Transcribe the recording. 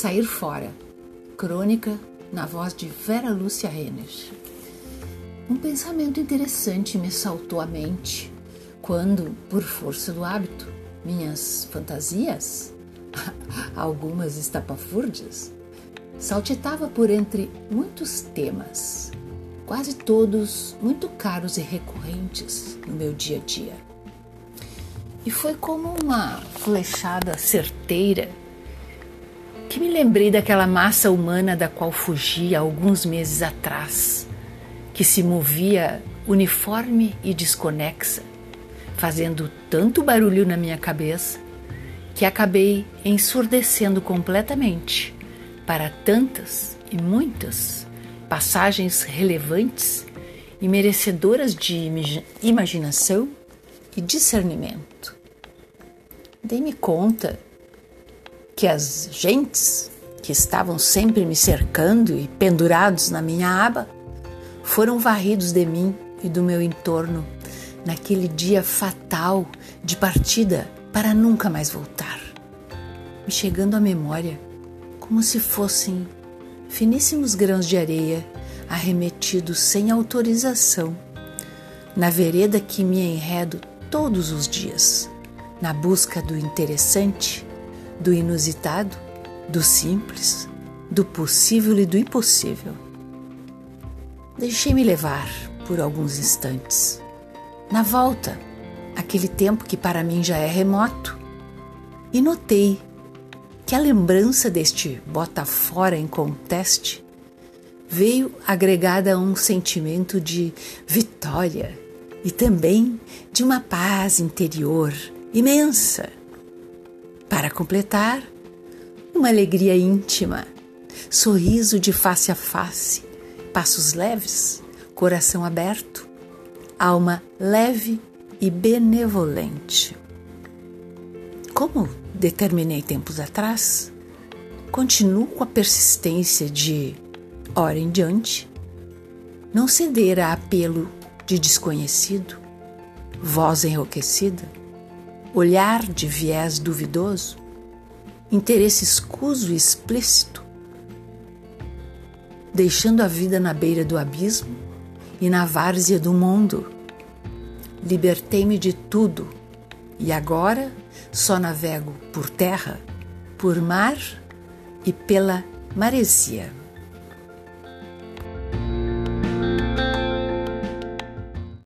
Sair Fora, crônica na voz de Vera Lúcia Renner. Um pensamento interessante me saltou à mente quando, por força do hábito, minhas fantasias, algumas estapafúrdias, saltitava por entre muitos temas, quase todos muito caros e recorrentes no meu dia a dia. E foi como uma flechada certeira que me lembrei daquela massa humana da qual fugi há alguns meses atrás, que se movia uniforme e desconexa, fazendo tanto barulho na minha cabeça que acabei ensurdecendo completamente para tantas e muitas passagens relevantes e merecedoras de imaginação e discernimento. Dei-me conta que as gentes que estavam sempre me cercando e pendurados na minha aba foram varridos de mim e do meu entorno naquele dia fatal de partida para nunca mais voltar, me chegando à memória como se fossem finíssimos grãos de areia arremetidos sem autorização na vereda que me enredo todos os dias, na busca do interessante, do inusitado, do simples, do possível e do impossível. Deixei-me levar por alguns instantes. Na volta, aquele tempo que para mim já é remoto, e notei que a lembrança deste bota fora em conteste veio agregada a um sentimento de vitória e também de uma paz interior imensa. Para completar, uma alegria íntima, sorriso de face a face, passos leves, coração aberto, alma leve e benevolente. Como determinei tempos atrás, continuo com a persistência de, ora em diante, não ceder a apelo de desconhecido, voz enrouquecida, olhar de viés duvidoso, interesse escuso e explícito, deixando a vida na beira do abismo e na várzea do mundo. Libertei-me de tudo e agora só navego por terra, por mar e pela maresia.